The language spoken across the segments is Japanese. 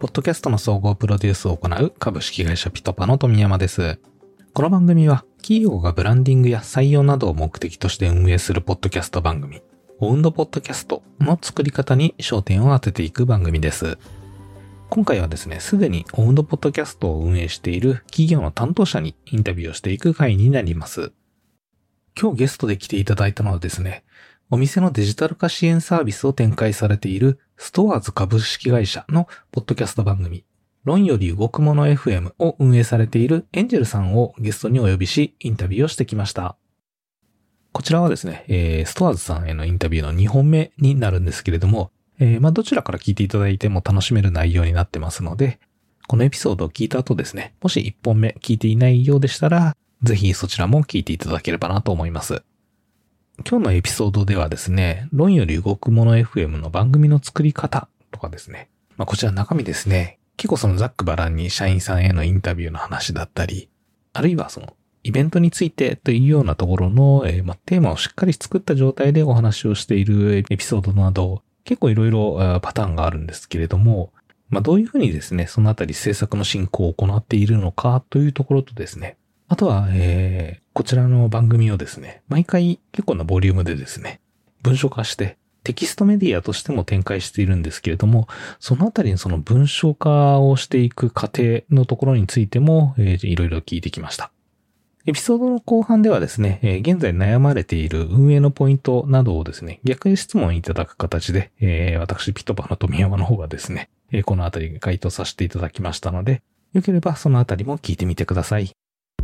ポッドキャストの総合プロデュースを行う株式会社ピトパの富山です。この番組は企業がブランディングや採用などを目的として運営するポッドキャスト番組、オウンドポッドキャストの作り方に焦点を当てていく番組です。今回はですね、すでにオウンドポッドキャストを運営している企業の担当者にインタビューをしていく回になります。今日ゲストで来ていただいたのはですね、お店のデジタル化支援サービスを展開されているストアーズ株式会社のポッドキャスト番組、論より動くもの FM を運営されているエンジェルさんをゲストにお呼びし、インタビューをしてきました。こちらはですね、ストアーズさんへのインタビューの2本目になるんですけれども、どちらから聞いていただいても楽しめる内容になってますので、このエピソードを聞いた後ですね、もし1本目聞いていないようでしたら、ぜひそちらも聞いていただければなと思います。今日のエピソードではですね、論より動くもの FM の番組の作り方とかですね、こちら中身ですね、結構そのざっくばらんに社員さんへのインタビューの話だったり、あるいはそのイベントについてというようなところの、テーマをしっかり作った状態でお話をしているエピソードなど、結構いろいろパターンがあるんですけれども、どういうふうにですね、そのあたり制作の進行を行っているのかというところとですね、あとは、こちらの番組をですね、毎回結構なボリュームでですね、文章化してテキストメディアとしても展開しているんですけれども、そのあたりにその文章化をしていく過程のところについても、いろいろ聞いてきました。エピソードの後半ではですね、現在悩まれている運営のポイントなどをですね、逆に質問いただく形で、私ピトパの富山の方がですね、このあたり回答させていただきましたので、よければそのあたりも聞いてみてください。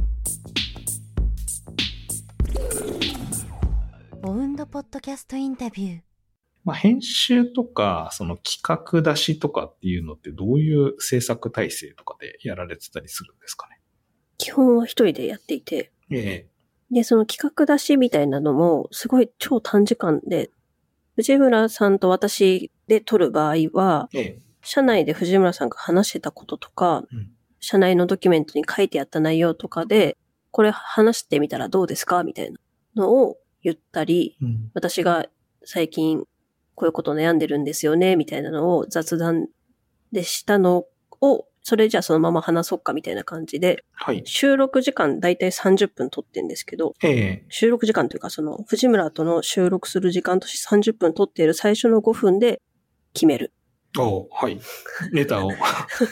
オウンドポッドキャストインタビュー。 編集とか、その企画出しとかっていうのってどういう制作体制とかでやられてたりするんですかね？ 基本は一人でやっていて。で、その企画出しみたいなのも、すごい超短時間で、藤村さんと私で撮る場合は、社内で藤村さんが話してたこととか、社内のドキュメントに書いてあった内容とかで、これ話してみたらどうですかみたいなのを言ったり、私が最近こういうこと悩んでるんですよね、みたいなのを雑談でしたのを、それじゃあそのまま話そうかみたいな感じで、収録時間だいたい30分取ってんですけど、収録時間というかその藤村との収録する時間として30分取っている最初の5分で決める。 ネタを。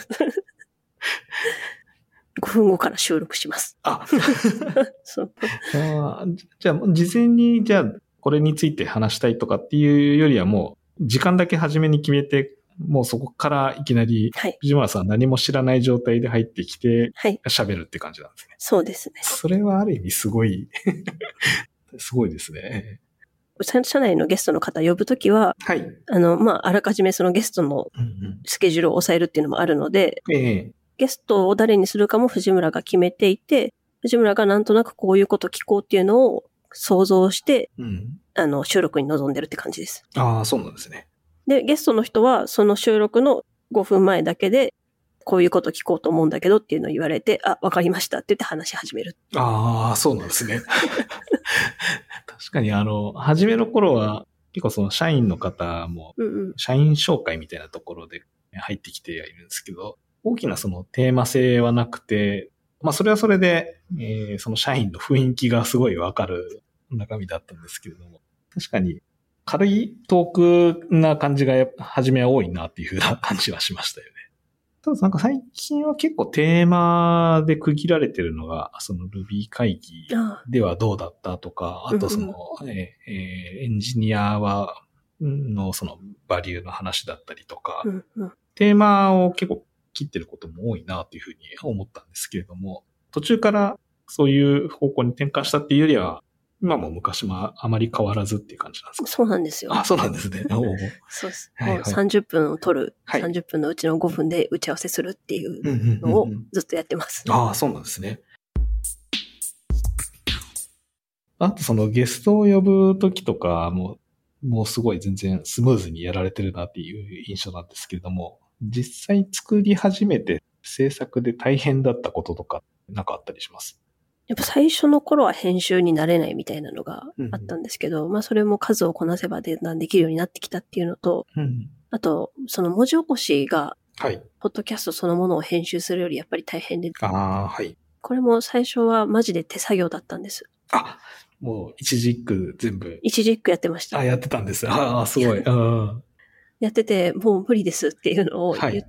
5分後から収録します。 そう。じゃあ、事前に、これについて話したいとかっていうよりはもう、時間だけ初めに決めて、もうそこからいきなり、藤村さん何も知らない状態で入ってきて、喋るって感じなんですね。 そうですね。 それはある意味すごい、すごいですね。 社内のゲストの方呼ぶときは、あらかじめそのゲストのスケジュールを抑えるっていうのもあるので、ゲストを誰にするかも藤村が決めていて、藤村がなんとなくこういうこと聞こうっていうのを想像して、収録に臨んでるって感じです。 そうなんですね。 で、ゲストの人はその収録の5分前だけで、こういうこと聞こうと思うんだけどっていうのを言われて、わかりましたって言って話し始める。 そうなんですね。確かに初めの頃は結構その社員の方も、社員紹介みたいなところで入ってきているんですけど、大きなそのテーマ性はなくて、それはそれで、その社員の雰囲気がすごいわかる中身だったんですけれども、確かに軽いトークな感じが初めは多いなっていう風な感じはしましたよね。ただ最近は結構テーマで区切られてるのが、その Ruby 会議ではどうだったとか、あとその、エンジニアのそのバリューの話だったりとか、テーマを結構切ってることも多いなというふうに思ったんですけれども、途中からそういう方向に転換したっていうよりは、今も昔もあまり変わらずっていう感じなんですか？ そうなんですよ。 そうなんですね。 そうです。もう30分を取る、30分のうちの5分で打ち合わせするっていうのをずっとやってます。 そうなんですね。あとそのゲストを呼ぶときとかもうすごい全然スムーズにやられてるなっていう印象なんですけれども、実際作り始めて制作で大変だったこととかなんかあったりします？ やっぱ最初の頃は編集になれないみたいなのがあったんですけど、それも数をこなせばできるようになってきたっていうのと、あと、その文字起こしがはい。 ポッドキャストそのものを編集するよりやっぱり大変で。 はい。 これも最初はマジで手作業だったんです。 もう一字一句全部。 一字一句やってました。 やってたんです。すごい。 やってて、もう無理ですっていうのを言って、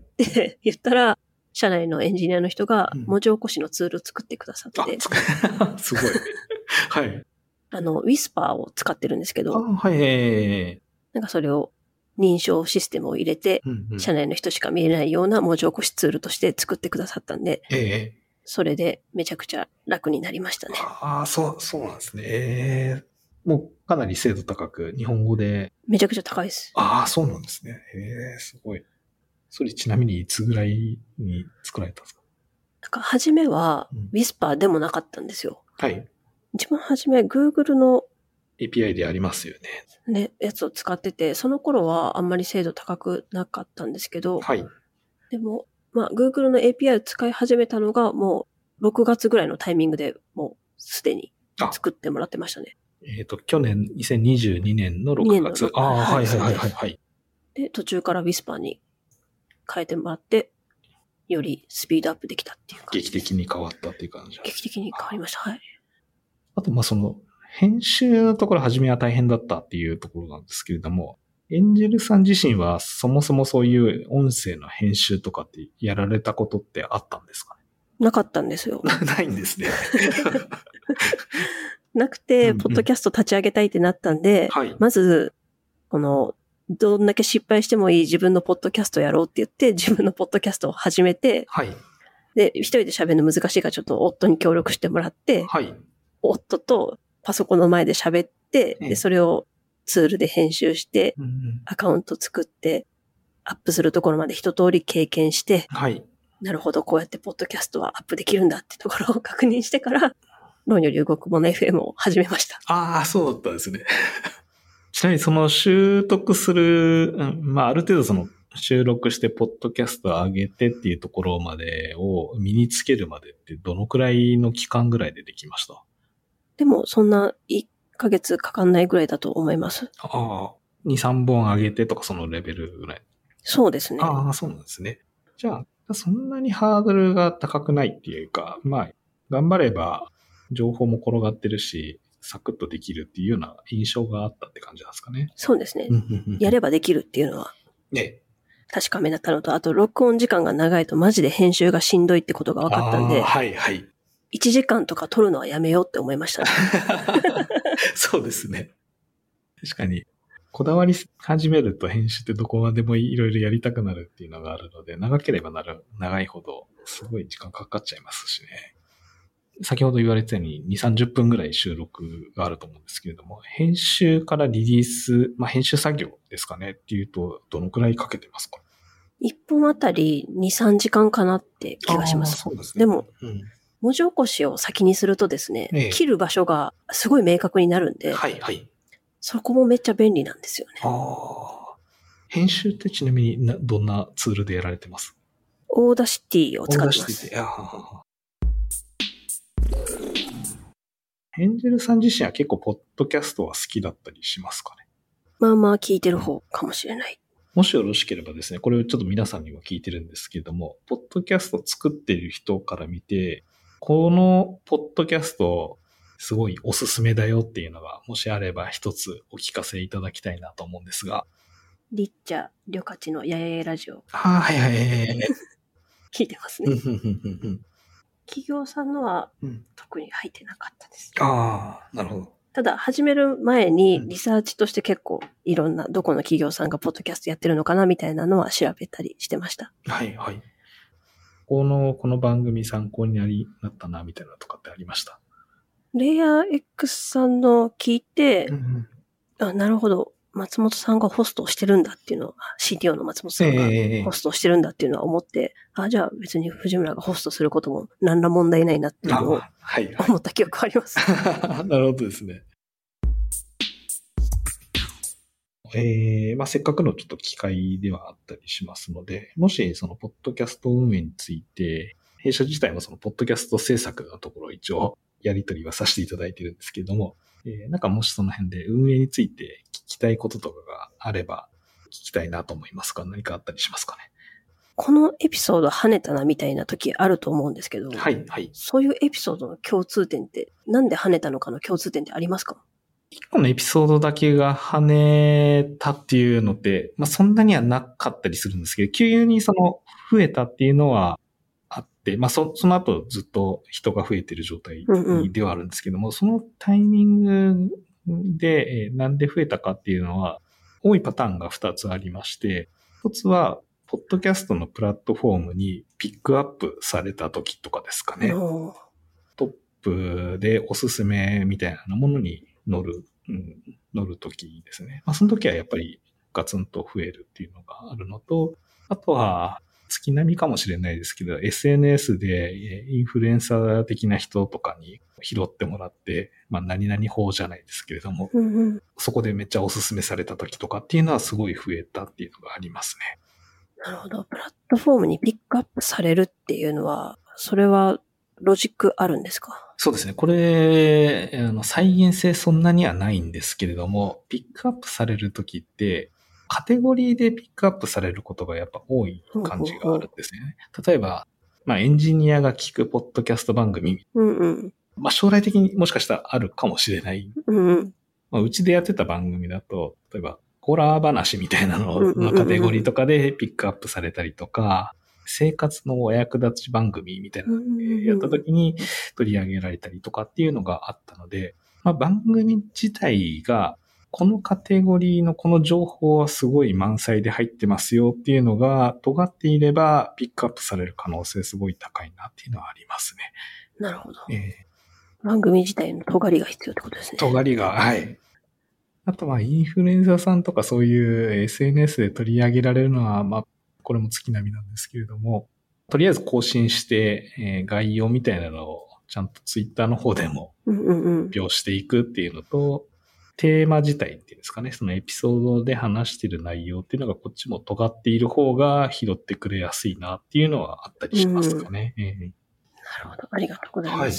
言ったら、社内のエンジニアの人が文字起こしのツールを作ってくださって。 すごい。はい。 ウィスパーを使ってるんですけど。 はい。 なんかそれを認証システムを入れて、社内の人しか見えないような文字起こしツールとして作ってくださったんで、それでめちゃくちゃ楽になりましたね。 そうなんですね。もうかなり精度高く日本語で。 めちゃくちゃ高いです。 そうなんですね。すごい。それちなみにいつぐらいに作られたんですか？ なんか初めはウィスパーでもなかったんですよ。 はい。 一番初め Google の API でありますよね。やつを使ってて、その頃はあんまり精度高くなかったんですけど、 はい。 でも、Google の API を使い始めたのがもう6月ぐらいのタイミングでもうすでに作ってもらってましたね。 去年、2022年の6月。はい。 で、途中から Whisper に変えてもらって、よりスピードアップできたっていう感じ。 劇的に変わったっていう感じ。 劇的に変わりました。はい。 あと、編集のところ初めは大変だったっていうところなんですけれども、エンジェルさん自身はそもそもそういう音声の編集とかってやられたことってあったんですかね？ なかったんですよ。 ないんですね。 なくて、ポッドキャスト立ち上げたいってなったんで、まず、どんだけ失敗してもいい自分のポッドキャストやろうって言って、自分のポッドキャストを始めて、で、一人で喋るの難しいからちょっと夫に協力してもらって、夫とパソコンの前で喋って、で、それをツールで編集して、アカウント作って、アップするところまで一通り経験して、なるほど、こうやってポッドキャストはアップできるんだってところを確認してから、論より動くもの FM を始めました。 そうだったんですね。ちなみにその習得する、ある程度収録してポッドキャストを上げてっていうところまでを身につけるまでってどのくらいの期間ぐらいでできました？ でもそんな1ヶ月かかんないぐらいだと思います。 2、3本上げてとかそのレベルぐらい。 そうですね。 そうなんですね。じゃあ、そんなにハードルが高くないっていうか、頑張れば情報も転がってるし、サクッとできるっていうような印象があったって感じなんですかね。 そうですね。やればできるっていうのは。確かめだったのと、あと録音時間が長いとマジで編集がしんどいってことが分かったんで、1時間とか撮るのはやめようって思いましたね。 そうですね。確かに、こだわり始めると編集ってどこまでもいろいろやりたくなるっていうのがあるので、長ければ長いほどすごい時間かかっちゃいますしね。先ほど言われたように2、30分ぐらい収録があると思うんですけれども、編集からリリース、編集作業ですかねっていうと、どのくらいかけてますか ？1本あたり2、3時間かなって気がします。 そうですね。 でも、文字起こしを先にするとですね、切る場所がすごい明確になるんで、そこもめっちゃ便利なんですよね。 編集ってちなみにどんなツールでやられてます？ オーダーシティを使ってます。 エンジェルさん自身は結構ポッドキャストは好きだったりしますかね？ 聞いてる方かもしれない。 もしよろしければですね、これをちょっと皆さんにも聞いてるんですけれども、ポッドキャストを作っている人から見て、このポッドキャストすごいおすすめだよっていうのが、もしあれば一つお聞かせいただきたいなと思うんですが。 リッチャー、りょかちのやややラジオ。聞いてますね。企業さんのは特に入ってなかったです。 なるほど。 ただ、始める前にリサーチとして結構いろんな、どこの企業さんがポッドキャストやってるのかなみたいなのは調べたりしてました。 この番組参考になったなみたいなとかってありました？ レイヤー X さんの聞いて、なるほど。松本さんがホストをしてるんだっていうのは、CTO の松本さんがホストをしてるんだっていうのは思って、じゃあ別に藤村がホストすることも何ら問題ないなっていうのを思った記憶あります。 なるほどですね。せっかくのちょっと機会ではあったりしますので、もしそのポッドキャスト運営について、弊社自体もそのポッドキャスト制作のところを一応やり取りはさせていただいているんですけれども、もしその辺で運営について聞きたいこととかがあれば聞きたいなと思いますが、何かあったりしますかね？ このエピソード跳ねたなみたいな時あると思うんですけど、 はいはい。 そういうエピソードの共通点って、なんで跳ねたのかの共通点ってありますか？ 一個のエピソードだけが跳ねたっていうのって、そんなにはなかったりするんですけど、急に増えたっていうのはあって、その後ずっと人が増えてる状態ではあるんですけども、そのタイミングで、なんで増えたかっていうのは、多いパターンが2つありまして、1つは、ポッドキャストのプラットフォームにピックアップされた時とかですかね。トップでおすすめみたいなものに乗る時ですね。その時はやっぱりガツンと増えるっていうのがあるのと、あとは月並みかもしれないですけど、SNS でインフルエンサー的な人とかに拾ってもらって、何々法じゃないですけれども、そこでめっちゃおすすめされた時とかっていうのはすごい増えたっていうのがありますね。 なるほど。プラットフォームにピックアップされるっていうのは、それはロジックあるんですか？ そうですね。これ、再現性そんなにはないんですけれども、ピックアップされるときって、カテゴリーでピックアップされることがやっぱ多い感じがあるんですね。例えば、エンジニアが聞くポッドキャスト番組。将来的にもしかしたらあるかもしれない。うちでやってた番組だと、例えば、ホラー話みたいなののカテゴリーとかでピックアップされたりとか、生活のお役立ち番組みたいなのやった時に取り上げられたりとかっていうのがあったので、番組自体がこのカテゴリーのこの情報はすごい満載で入ってますよっていうのが尖っていればピックアップされる可能性すごい高いなっていうのはありますね。 なるほど。番組自体の尖りが必要ってことですね。 尖りが、はい。あとインフルエンサーさんとかそういう SNS で取り上げられるのは、これも月並みなんですけれども、とりあえず更新して、概要みたいなのをちゃんとツイッターの方でも表していくっていうのと、テーマ自体っていうんですかね、そのエピソードで話している内容っていうのがこっちも尖っている方が拾ってくれやすいなっていうのはあったりしますかね。 なるほど。ありがとうございます。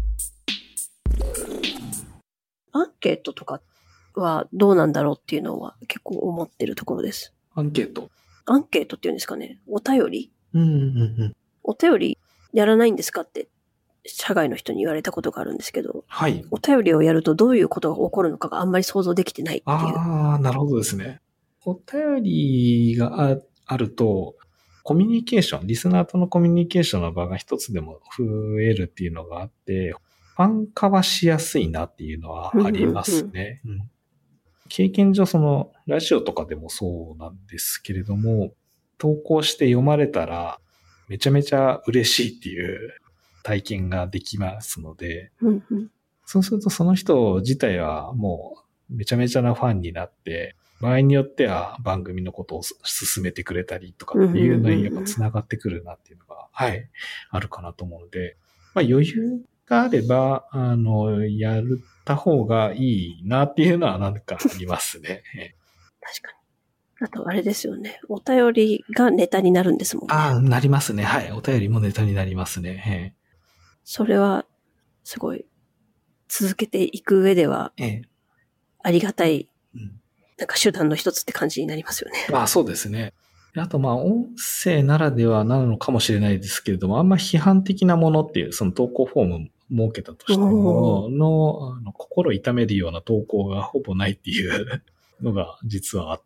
アンケートとかはどうなんだろうっていうのは結構思ってるところです。 アンケートっていうんですかね。お便り、お便りやらないんですかって社外の人に言われたことがあるんですけど、 はい。 お便りをやるとどういうことが起こるのかがあんまり想像できてないっていう。 なるほどですね。お便りがあると、コミュニケーション、リスナーとのコミュニケーションの場が一つでも増えるっていうのがあって、ファン化はしやすいなっていうのはありますね。経験上ラジオとかでもそうなんですけれども、投稿して読まれたらめちゃめちゃ嬉しいっていう体験ができますので、そうするとその人自体はもうめちゃめちゃなファンになって、場合によっては番組のことを進めてくれたりとかっていうのにやっぱ繋がってくるなっていうのが、あるかなと思うので、余裕があれば、やった方がいいなっていうのはなんかありますね。 確かに。あとあれですよね。お便りがネタになるんですもんね。 なりますね。はい。お便りもネタになりますね。 それは、すごい、続けていく上では、ありがたい、手段の一つって感じになりますよね。 そうですね。あと音声ならではなのかもしれないですけれども、あんま批判的なものっていう、その投稿フォーム設けたとしても心痛めるような投稿がほぼないっていうのが実はあって、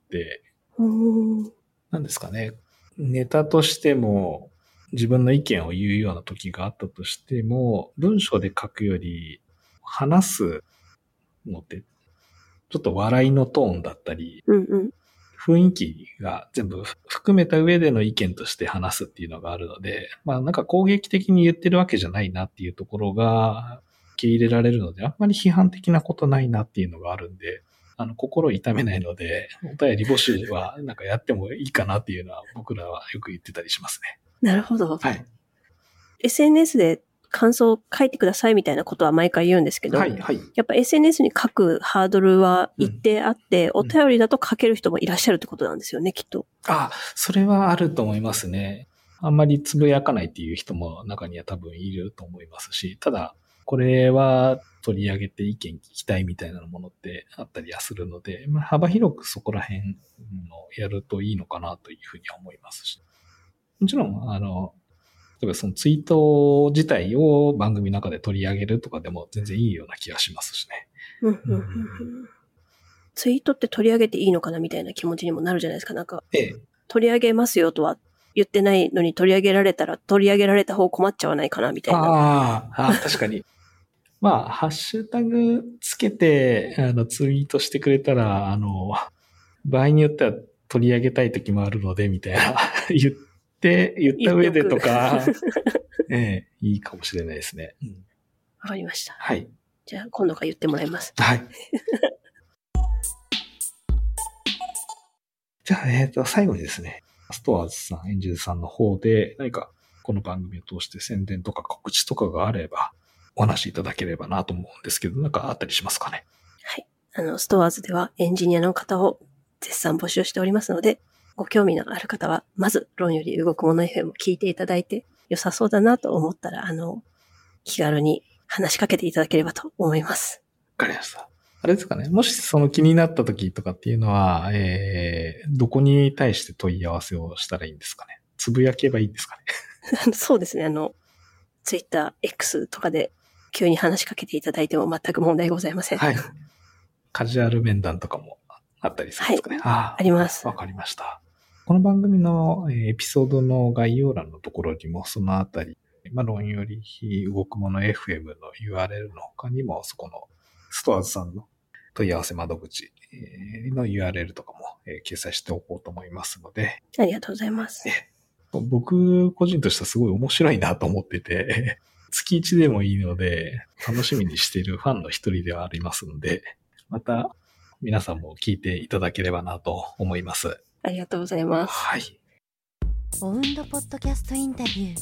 なんですかね。ネタとしても自分の意見を言うような時があったとしても、文章で書くより話すのってちょっと笑いのトーンだったり、雰囲気が全部含めた上での意見として話すっていうのがあるので、なんか攻撃的に言ってるわけじゃないなっていうところが受け入れられるので、あんまり批判的なことないなっていうのがあるんで、心痛めないので、お便り募集はなんかやってもいいかなっていうのは僕らはよく言ってたりしますね。 なるほど。 はい。 SNS で感想を書いてくださいみたいなことは毎回言うんですけど、やっぱ SNS に書くハードルは一定あって、お便りだと書ける人もいらっしゃるってことなんですよね、きっと。 それはあると思いますね。あんまりつぶやかないっていう人も中には多分いると思いますし、ただ、これは取り上げて意見聞きたいみたいなものってあったりはするので、幅広くそこら辺のやるといいのかなというふうに思いますし。 もちろん、例えばそのツイート自体を番組の中で取り上げるとかでも全然いいような気がしますしね。 ツイートって取り上げていいのかなみたいな気持ちにもなるじゃないですか。なんか、取り上げますよとは言ってないのに取り上げられたら取り上げられた方困っちゃわないかなみたいな。 ああ、確かに。まあ、ハッシュタグつけて、ツイートしてくれたら、場合によっては取り上げたい時もあるので、みたいな、言った上でとか、いいかもしれないですね。 わかりました。 はい。 じゃあ、今度から言ってもらいます。 はい。じゃあ、最後にですね、ストアーズさん、エンジェルさんの方で、何かこの番組を通して宣伝とか告知とかがあれば、お話しいただければなと思うんですけど、なんかあったりしますかね？ はい。ストアーズではエンジニアの方を絶賛募集しておりますので、ご興味のある方は、まず、論より動くもの FM を聞いていただいて、良さそうだなと思ったら、気軽に話しかけていただければと思います。 わかりました。あれですかね。もしその気になった時とかっていうのは、どこに対して問い合わせをしたらいいんですかね。つぶやけばいいんですかね。そうですね。Twitter、X とかで急に話しかけていただいても全く問題ございません。 はい。カジュアル面談とかもあったりするんですかね。 はい。あります。 わかりました。この番組のエピソードの概要欄のところにもそのあたり、論より動くもの FM の URL の他にもそこのストアーズさんの問い合わせ窓口の URL とかも掲載しておこうと思いますので。 ありがとうございます。 僕個人としてはすごい面白いなと思ってて、月1でもいいので楽しみにしているファンの一人ではありますので、また皆さんも聞いていただければなと思います。 ありがとうございます。 はい。 オウンドポッドキャストインタビュー。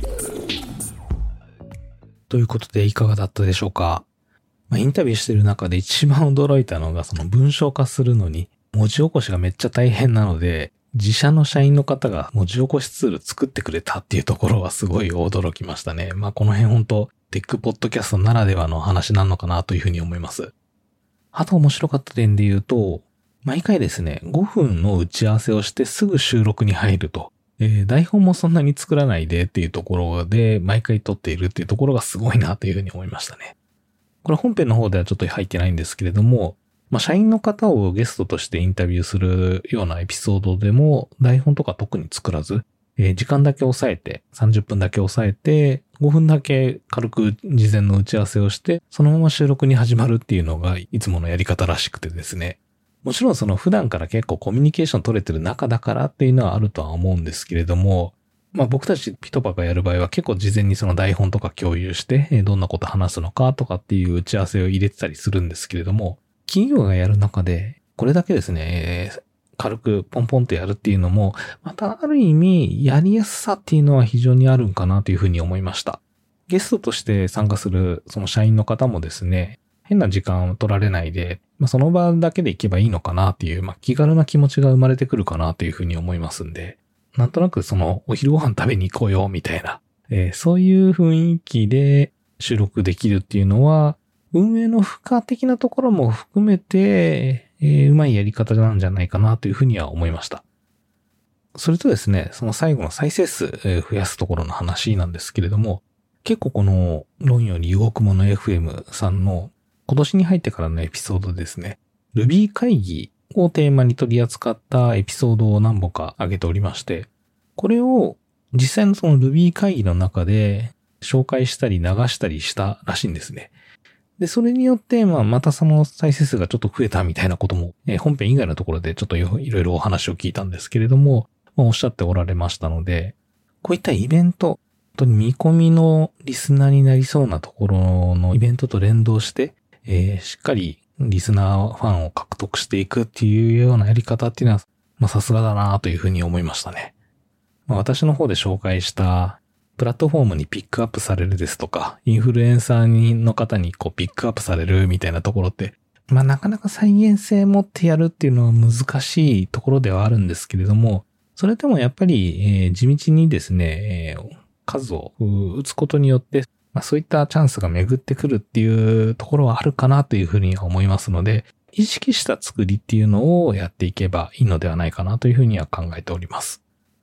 ということでいかがだったでしょうか？インタビューしてる中で一番驚いたのがその文章化するのに文字起こしがめっちゃ大変なので、自社の社員の方が文字起こしツール作ってくれたっていうところはすごい驚きましたね。この辺本当テックポッドキャストならではの話なのかなというふうに思います。あと面白かった点で言うと、毎回ですね、5分の打ち合わせをしてすぐ収録に入ると。台本もそんなに作らないでっていうところで毎回撮っているっていうところがすごいなというふうに思いましたね。これ本編の方ではちょっと入ってないんですけれども、社員の方をゲストとしてインタビューするようなエピソードでも台本とか特に作らず、時間だけ抑えて、30分だけ抑えて、5分だけ軽く事前の打ち合わせをして、そのまま収録に始まるっていうのがいつものやり方らしくてですね。もちろんその普段から結構コミュニケーション取れてる中だからっていうのはあるとは思うんですけれども、僕たちピトパがやる場合は結構事前にその台本とか共有して、どんなこと話すのかとかっていう打ち合わせを入れてたりするんですけれども、企業がやる中でこれだけですね、軽くポンポンとやるっていうのも、またある意味やりやすさっていうのは非常にあるんかなというふうに思いました。ゲストとして参加するその社員の方もですね、変な時間を取られないで、その場だけで行けばいいのかなっていう、気軽な気持ちが生まれてくるかなというふうに思いますんで、なんとなくそのお昼ご飯食べに行こうよみたいな、そういう雰囲気で収録できるっていうのは、運営の負荷的なところも含めて、うまいやり方なんじゃないかなというふうには思いました。それとですね、その最後の再生数増やすところの話なんですけれども、結構この論より動くもの FM さんの今年に入ってからのエピソードですね、Ruby 会議をテーマに取り扱ったエピソードを何本か上げておりまして、これを実際のその Ruby 会議の中で紹介したり流したりしたらしいんですね。で、それによって、またその再生数がちょっと増えたみたいなことも、本編以外のところでちょっといろいろお話を聞いたんですけれども、おっしゃっておられましたので、こういったイベント、本当に見込みのリスナーになりそうなところのイベントと連動して、しっかりリスナーファンを獲得していくっていうようなやり方っていうのは、さすがだなというふうに思いましたね。私の方で紹介したプラットフォームにピックアップされるですとか、インフルエンサーの方にピックアップされるみたいなところって、なかなか再現性持ってやるっていうのは難しいところではあるんですけれども、それでもやっぱり、地道にですね、数を打つことによって、そういったチャンスが巡ってくるっていうところはあるかなというふうに思いますので、意識した作りっていうのをやっていけばいいのではないかなというふうには考えております。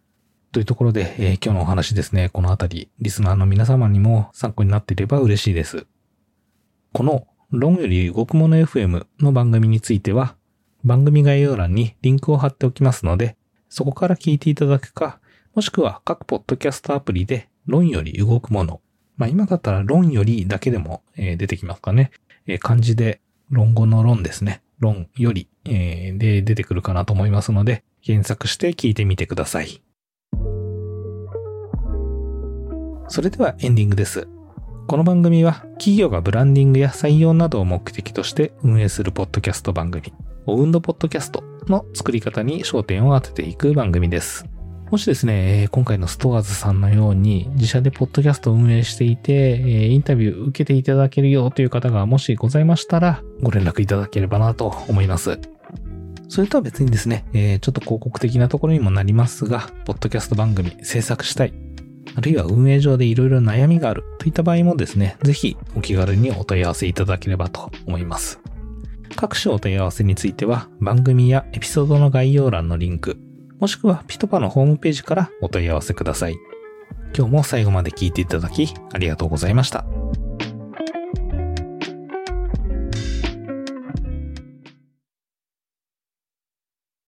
というところで、今日のお話ですね、このあたり、リスナーの皆様にも参考になっていれば嬉しいです。この論より動くもの FM の番組については、番組概要欄にリンクを貼っておきますので、そこから聞いていただくか、もしくは各ポッドキャストアプリで論より動くもの。今だったら論よりだけでも出てきますかね。漢字で論語の論ですね。論よりで出てくるかなと思いますので、検索して聞いてみてください。それではエンディングです。この番組は企業がブランディングや採用などを目的として運営するポッドキャスト番組、オウンドポッドキャストの作り方に焦点を当てていく番組です。もしですね、今回のストアーズさんのように自社でポッドキャストを運営していて、インタビュー受けていただけるよという方がもしございましたら、ご連絡いただければなと思います。それとは別にですね、ちょっと広告的なところにもなりますが、ポッドキャスト番組制作したい、あるいは運営上でいろいろ悩みがあるといった場合もですね、ぜひお気軽にお問い合わせいただければと思います。各種お問い合わせについては番組やエピソードの概要欄のリンク、もしくはピトパのホームページからお問い合わせください。今日も最後まで聞いていただきありがとうございました。